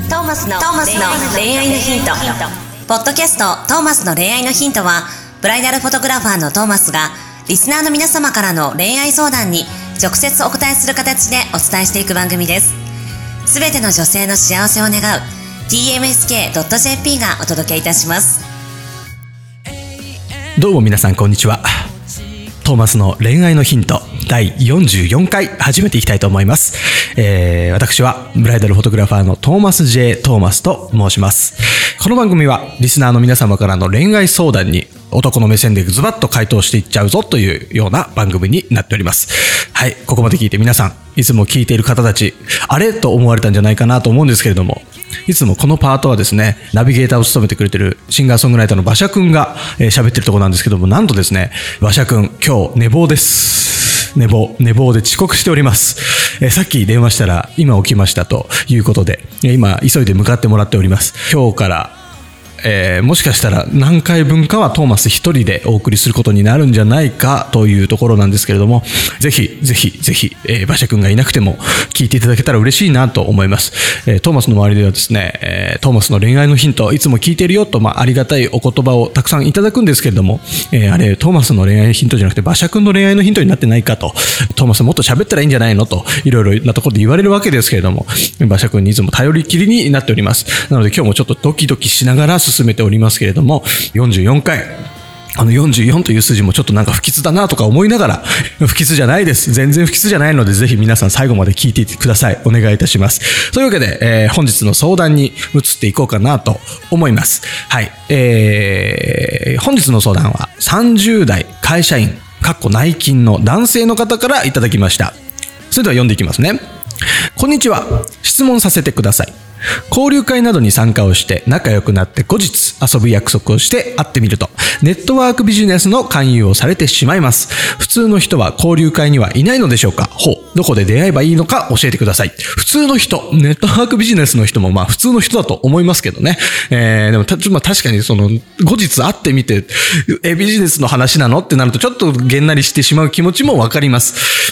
トーマスの恋愛のヒント。ポッドキャストトーマスの恋愛のヒントは、ブライダルフォトグラファーのトーマスがリスナーの皆様からの恋愛相談に直接お答えする形でお伝えしていく番組です。すべての女性の幸せを願う tmsk.jp がお届けいたします。 どうも皆さんこんにちは。トーマスの恋愛のヒント第44回始めていきたいと思います。私はブライダルフォトグラファーのトーマス J トーマスと申します。この番組はリスナーの皆様からの恋愛相談に男の目線でズバッと回答していっちゃうぞというような番組になっております。はい、ここまで聞いて皆さんいつも聞いている方たちあれと思われたんじゃないかなと思うんですけれども、いつもこのパートはですね、ナビゲーターを務めてくれてるシンガーソングライターの馬車くんが喋ってるところなんですけども、なんとですね、馬車くん今日寝坊です。寝坊で遅刻しております。さっき電話したら今起きましたということで、今急いで向かってもらっております。今日からもしかしたら何回分かはトーマス一人でお送りすることになるんじゃないかというところなんですけれども、ぜひ馬車くんがいなくても聞いていただけたら嬉しいなと思います。トーマスの周りではですね、トーマスの恋愛のヒントいつも聞いてるよと、ありがたいお言葉をたくさんいただくんですけれども、あれトーマスの恋愛のヒントじゃなくて馬車くんの恋愛のヒントになってないかと、トーマスもっと喋ったらいいんじゃないのといろいろなところで言われるわけですけれども、馬車くんにいつも頼りきりになっております。なので今日もちょっとドキドキしながら進めておりますけれども、44回44という数字もちょっとなんか不吉だなとか思いながら、不吉じゃないです。全然不吉じゃないので、ぜひ皆さん最後まで聞いていてください。お願いいたします。というわけで、本日の相談に移っていこうかなと思います。はい。本日の相談は30代会社員内勤の男性の方からいただきました。それでは読んでいきますね。こんにちは。質問させてください。交流会などに参加をして仲良くなって後日遊ぶ約束をして会ってみると、ネットワークビジネスの勧誘をされてしまいます。普通の人は交流会にはいないのでしょうか。どこで出会えばいいのか教えてください。普通の人、ネットワークビジネスの人も普通の人だと思いますけどね。でも確かにその後日会ってみてビジネスの話なのってなるとちょっとげんなりしてしまう気持ちもわかります。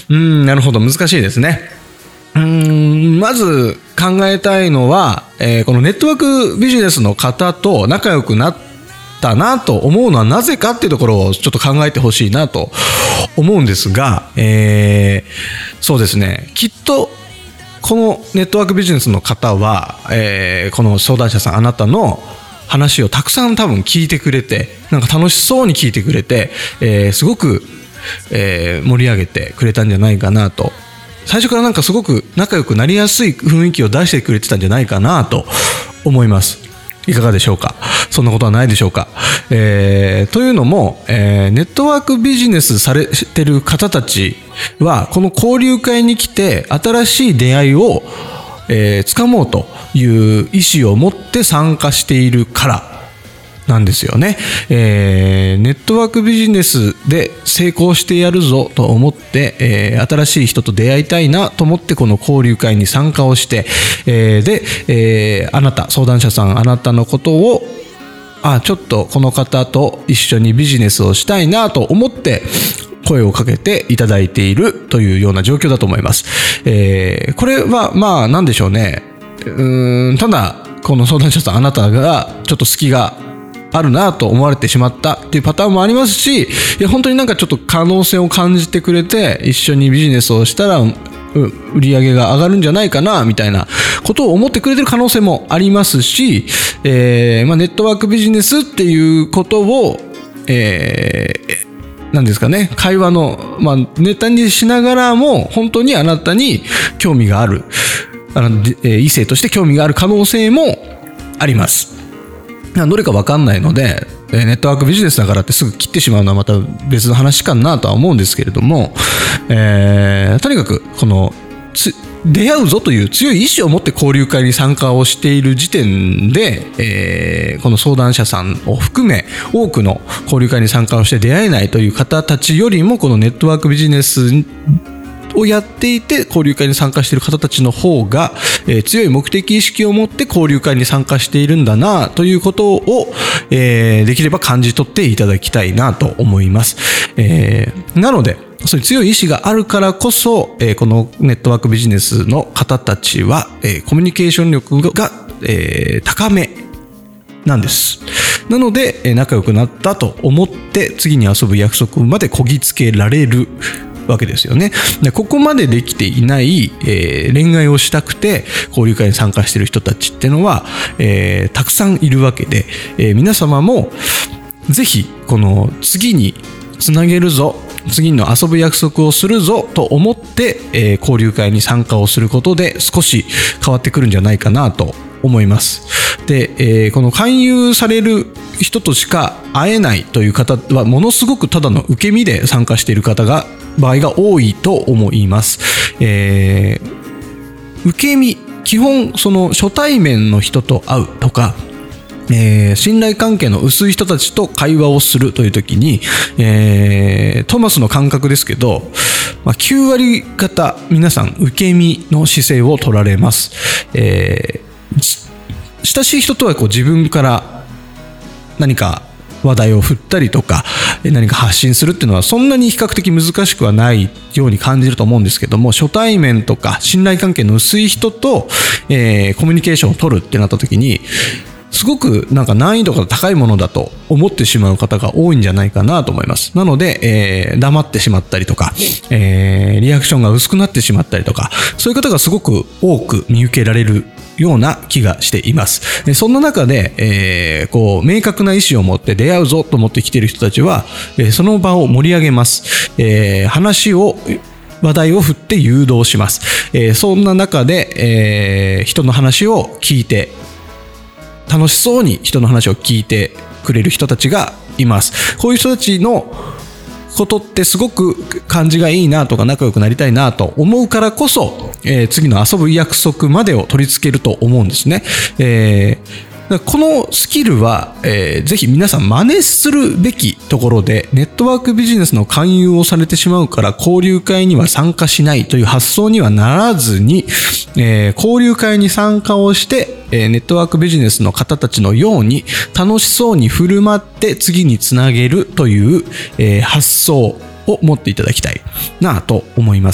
なるほど、難しいですね。まず考えたいのは、このネットワークビジネスの方と仲良くなったなと思うのはなぜかっていうところをちょっと考えてほしいなと思うんですが、そうですね、きっとこのネットワークビジネスの方は、この相談者さん、あなたの話をたくさん多分聞いてくれて、なんか楽しそうに聞いてくれて、すごく、盛り上げてくれたんじゃないかなと、最初からなんかすごく仲良くなりやすい雰囲気を出してくれてたんじゃないかなと思います。いかがでしょうか。そんなことはないでしょうか。というのも、ネットワークビジネスされてる方たちはこの交流会に来て新しい出会いを、掴もうという意思を持って参加しているからなんですよね。ネットワークビジネスで成功してやるぞと思って、新しい人と出会いたいなと思ってこの交流会に参加をして、で、あなた相談者さん、あなたのことをちょっとこの方と一緒にビジネスをしたいなと思って声をかけていただいているというような状況だと思います。これは何でしょうね。ただこの相談者さん、あなたがちょっと隙があるなと思われてしまったっていうパターンもありますし、本当になんかちょっと可能性を感じてくれて一緒にビジネスをしたら売り上げが上がるんじゃないかなみたいなことを思ってくれてる可能性もありますし、ネットワークビジネスっていうことを、なんですかね、会話の、ネタにしながらも本当にあなたに興味がある、異性として興味がある可能性もあります。どれか分かんないので、ネットワークビジネスだからってすぐ切ってしまうのはまた別の話かなとは思うんですけれども、とにかくこの出会うぞという強い意志を持って交流会に参加をしている時点で、この相談者さんを含め多くの交流会に参加をして出会えないという方たちよりも、このネットワークビジネスをやっていて交流会に参加している方たちの方が、強い目的意識を持って交流会に参加しているんだなということを、できれば感じ取っていただきたいなと思います。なのでそういう強い意志があるからこそ、このネットワークビジネスの方たちは、コミュニケーション力が高めなんです。なので、仲良くなったと思って次に遊ぶ約束までこぎつけられるわけですよね。でここまでできていない、恋愛をしたくて交流会に参加している人たちっていうのは、たくさんいるわけで、皆様もぜひこの次につなげるぞ、次の遊ぶ約束をするぞと思って、交流会に参加をすることで少し変わってくるんじゃないかなと思います。で、この勧誘される人としか会えないという方はものすごくただの受け身で参加している場合が多いと思います。受け身、基本その初対面の人と会うとか、信頼関係の薄い人たちと会話をするという時に、トマスの感覚ですけど、9割方皆さん受け身の姿勢を取られます。親しい人とは自分から何か話題を振ったりとか何か発信するっていうのはそんなに比較的難しくはないように感じると思うんですけども、初対面とか信頼関係の薄い人と、コミュニケーションを取るってなった時にすごく難易度が高いものだと思ってしまう方が多いんじゃないかなと思います。なので、黙ってしまったりとか、リアクションが薄くなってしまったりとか、そういう方がすごく多く見受けられるような気がしています。そんな中で、明確な意思を持って出会うぞと思って来ている人たちは、その場を盛り上げます。話題を振って誘導します。そんな中で、人の話を聞いて楽しそうに人の話を聞いてくれる人たちがいます。こういう人たちのことってすごく感じがいいなとか仲良くなりたいなと思うからこそ、次の遊ぶ約束までを取り付けると思うんですね。このスキルは、ぜひ皆さん真似するべきところで、ネットワークビジネスの勧誘をされてしまうから交流会には参加しないという発想にはならずに、交流会に参加をして、ネットワークビジネスの方たちのように楽しそうに振る舞って次につなげるという、発想を持っていただきたいなと思います。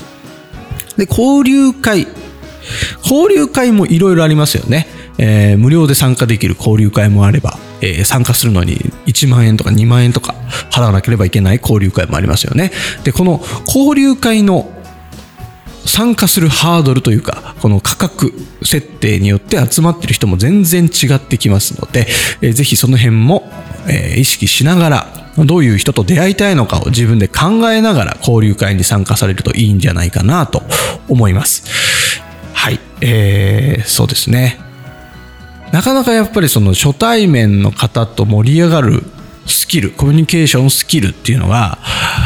で、交流会もいろいろありますよね。無料で参加できる交流会もあれば、参加するのに1万円とか2万円とか払わなければいけない交流会もありますよね。で、この交流会の参加するハードルというか、この価格設定によって集まっている人も全然違ってきますので、ぜひその辺も、意識しながら、どういう人と出会いたいのかを自分で考えながら交流会に参加されるといいんじゃないかなと思います。はい、そうですね。なかなかやっぱりその初対面の方と盛り上がるスキル、コミュニケーションスキルっていうのが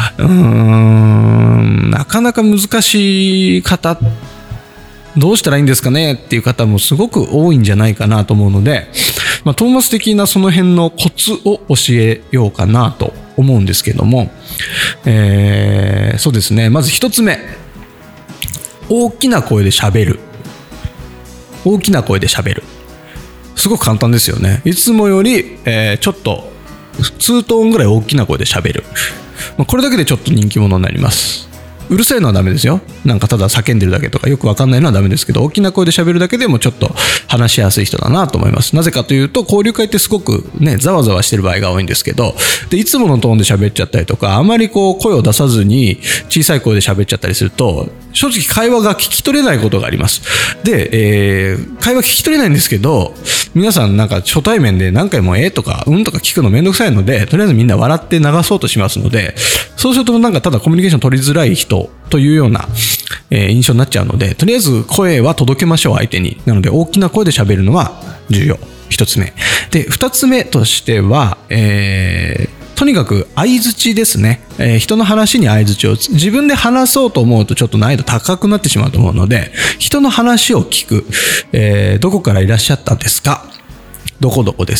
なかなか難しい方、どうしたらいいんですかねっていう方もすごく多いんじゃないかなと思うので、トーマス的なその辺のコツを教えようかなと思うんですけども、そうですね。まず一つ目、大きな声で喋る。大きな声で喋る。すごく簡単ですよね。いつもより、ちょっと2トーンぐらい大きな声で喋る。これだけでちょっと人気者になります。うるさいのはダメですよ。なんかただ叫んでるだけとかよくわかんないのはダメですけど、大きな声で喋るだけでもちょっと話しやすい人だなと思います。なぜかというと、交流会ってすごくね、ざわざわしてる場合が多いんですけど、でいつものトーンで喋っちゃったりとか、あまり声を出さずに小さい声で喋っちゃったりすると、正直会話が聞き取れないことがあります。で、会話聞き取れないんですけど、皆さんなんか初対面で何回もとかとか聞くのめんどくさいので、とりあえずみんな笑って流そうとしますので、そうするとなんかただコミュニケーション取りづらい人というような、印象になっちゃうので、とりあえず声は届けましょう、相手に。なので大きな声で喋るのは重要。一つ目で、二つ目としては、とにかく相槌ですね。人の話に相槌を自分で話そうと思うとちょっと難易度高くなってしまうと思うので、人の話を聞く。どこからいらっしゃったんですか？どこどこです。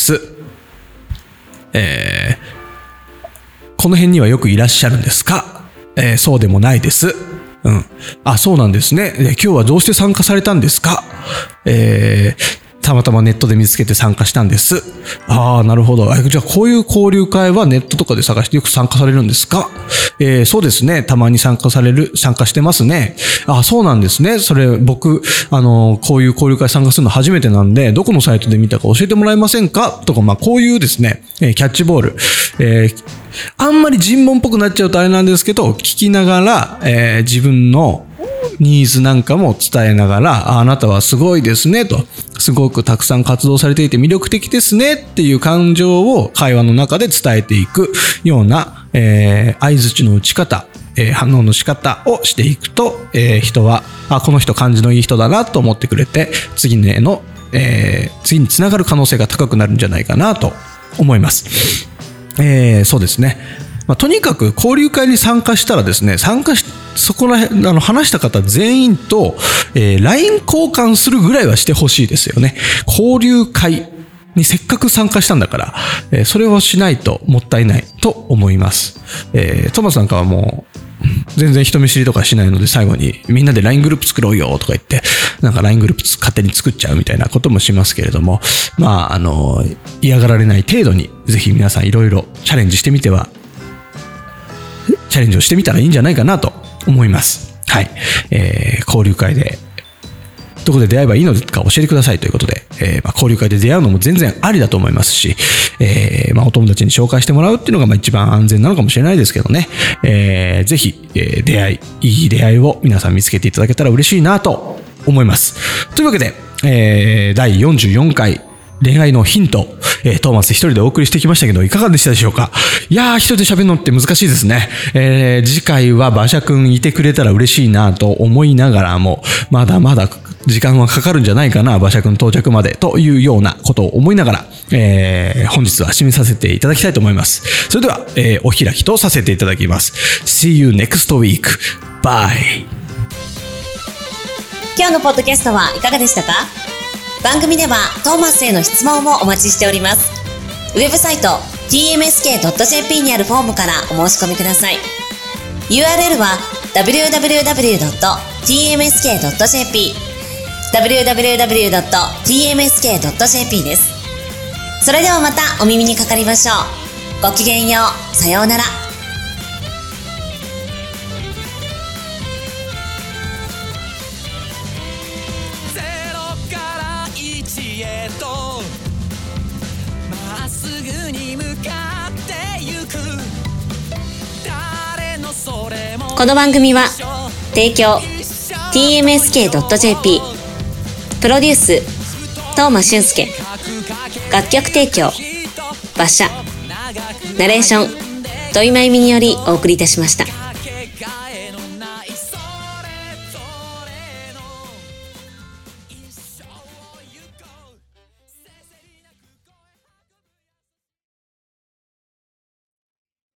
この辺にはよくいらっしゃるんですか？そうでもないです。あ、そうなんですね。今日はどうして参加されたんですか？ たまたまネットで見つけて参加したんです。ああ、なるほど。じゃあこういう交流会はネットとかで探してよく参加されるんですか？そうですね。たまに参加してますね。あ、そうなんですね。それ僕、こういう交流会参加するの初めてなんで、どこのサイトで見たか教えてもらえませんか？とか、こういうですね、キャッチボール、あんまり尋問っぽくなっちゃうとあれなんですけど、聞きながら、自分のニーズなんかも伝えながら、あなたはすごいですねと、すごくたくさん活動されていて魅力的ですねっていう感情を会話の中で伝えていくような、相槌の打ち方、反応の仕方をしていくと、人はこの人感じのいい人だなと思ってくれて、次につながる可能性が高くなるんじゃないかなと思います。そうですね。とにかく交流会に参加したらですね、そこら辺話した方全員と、LINE 交換するぐらいはしてほしいですよね。交流会にせっかく参加したんだから、それをしないともったいないと思います。トマスなんかはもう全然人見知りとかしないので、最後にみんなで LINE グループ作ろうよとか言って、なんか LINE グループ勝手に作っちゃうみたいなこともしますけれども、嫌がられない程度にぜひ皆さんいろいろチャレンジをしてみたらいいんじゃないかなと思います。はい。交流会でどこで出会えばいいのか教えてくださいということで、交流会で出会うのも全然ありだと思いますし、お友達に紹介してもらうっていうのが一番安全なのかもしれないですけどね、ぜひ、いい出会いを皆さん見つけていただけたら嬉しいなと思います。というわけで、第44回恋愛のヒント、トーマス一人でお送りしてきましたけど、いかがでしたでしょうか？いやー、一人で喋るのって難しいですね。次回は馬車くんいてくれたら嬉しいなと思いながらも、まだまだ時間はかかるんじゃないかな、馬車くん到着までというようなことを思いながら、本日は締めさせていただきたいと思います。それでは、お開きとさせていただきます。See you next week. Bye. 今日のポッドキャストはいかがでしたか？番組ではトーマスへの質問もお待ちしております。ウェブサイト tmsk.jp にあるフォームからお申し込みください。 URL は www.tmsk.jp www.tmsk.jp です。それではまたお耳にかかりましょう。ごきげんよう。さようなら。この番組は提供 tmsk.jp プロデュース東間俊介、楽曲提供馬車、ナレーション土井真由美によりお送りいたしました。